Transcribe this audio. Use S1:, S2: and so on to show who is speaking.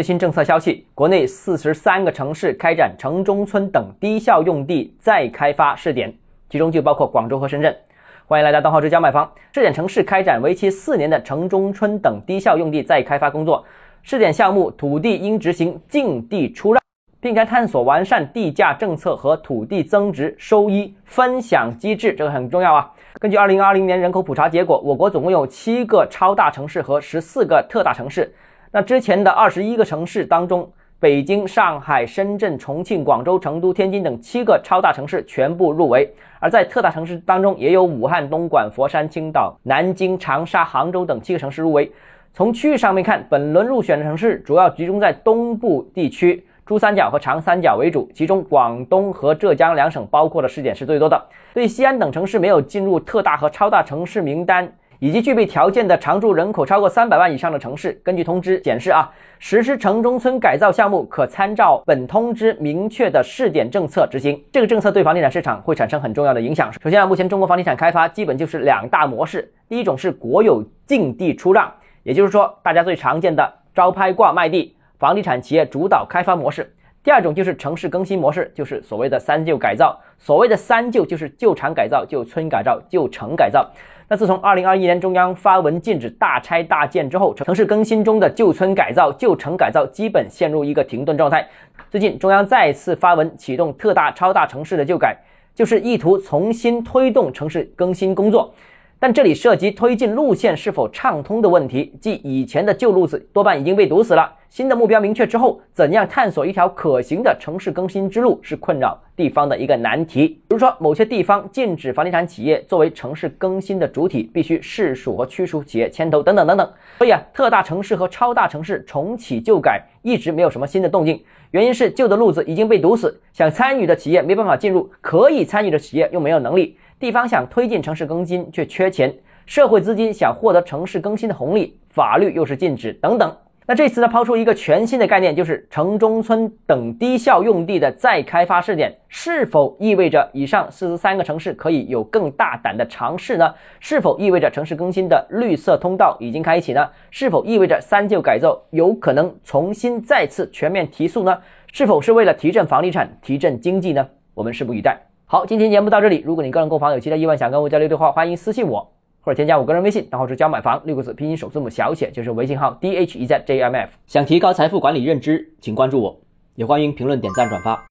S1: 最新政策消息，国内43个城市开展城中村等低效用地再开发试点，其中就包括广州和深圳。欢迎来到东浩之家买房。试点城市开展为期4年的城中村等低效用地再开发工作。试点项目土地应执行净地出让，并该探索完善地价政策和土地增值收益分享机制，这个很重要啊。根据2020年人口普查结果，我国总共有7个超大城市和14个特大城市。那之前的21个城市当中，北京、上海、深圳、重庆、广州、成都、天津等7个超大城市全部入围，而在特大城市当中也有武汉、东莞、佛山、青岛、南京、长沙、杭州等7个城市入围。从区域上面看，本轮入选的城市主要集中在东部地区，珠三角和长三角为主，其中广东和浙江2省包括的试点是最多的。对西安等城市没有进入特大和超大城市名单以及具备条件的常住人口超过300万以上的城市，根据通知显示实施城中村改造项目可参照本通知明确的试点政策执行。这个政策对房地产市场会产生很重要的影响。首先目前中国房地产开发基本就是2大模式，第一种是国有净地出让，也就是说大家最常见的招拍挂卖地，房地产企业主导开发模式。第二种就是城市更新模式，就是所谓的三旧改造。所谓的三旧就是旧厂改造、旧村改造、旧城改造。那自从2021年中央发文禁止大拆大建之后，城市更新中的旧村改造、旧城改造基本陷入一个停顿状态。最近中央再次发文启动特大超大城市的旧改，就是意图重新推动城市更新工作。但这里涉及推进路线是否畅通的问题，即以前的旧路子多半已经被堵死了，新的目标明确之后，怎样探索一条可行的城市更新之路是困扰地方的一个难题。比如说某些地方禁止房地产企业作为城市更新的主体，必须市属和区属企业牵头等等等等。所以特大城市和超大城市重启旧改一直没有什么新的动静，原因是旧的路子已经被堵死，想参与的企业没办法进入，可以参与的企业又没有能力，地方想推进城市更新却缺钱，社会资金想获得城市更新的红利，法律又是禁止等等。那这次抛出一个全新的概念，就是城中村等低效用地的再开发试点，是否意味着以上43个城市可以有更大胆的尝试呢？是否意味着城市更新的绿色通道已经开启呢？是否意味着三旧改造有可能重新再次全面提速呢？是否是为了提振房地产、提振经济呢？我们拭目以待。好，今天节目到这里。如果你个人购房有其他疑问想跟我交流的话，欢迎私信我或者添加我个人微信，然后是教买房6个字拼音首字母小写，就是微信号 DHEZJMF。 想提高财富管理认知，请关注我，也欢迎评论、点赞、转发。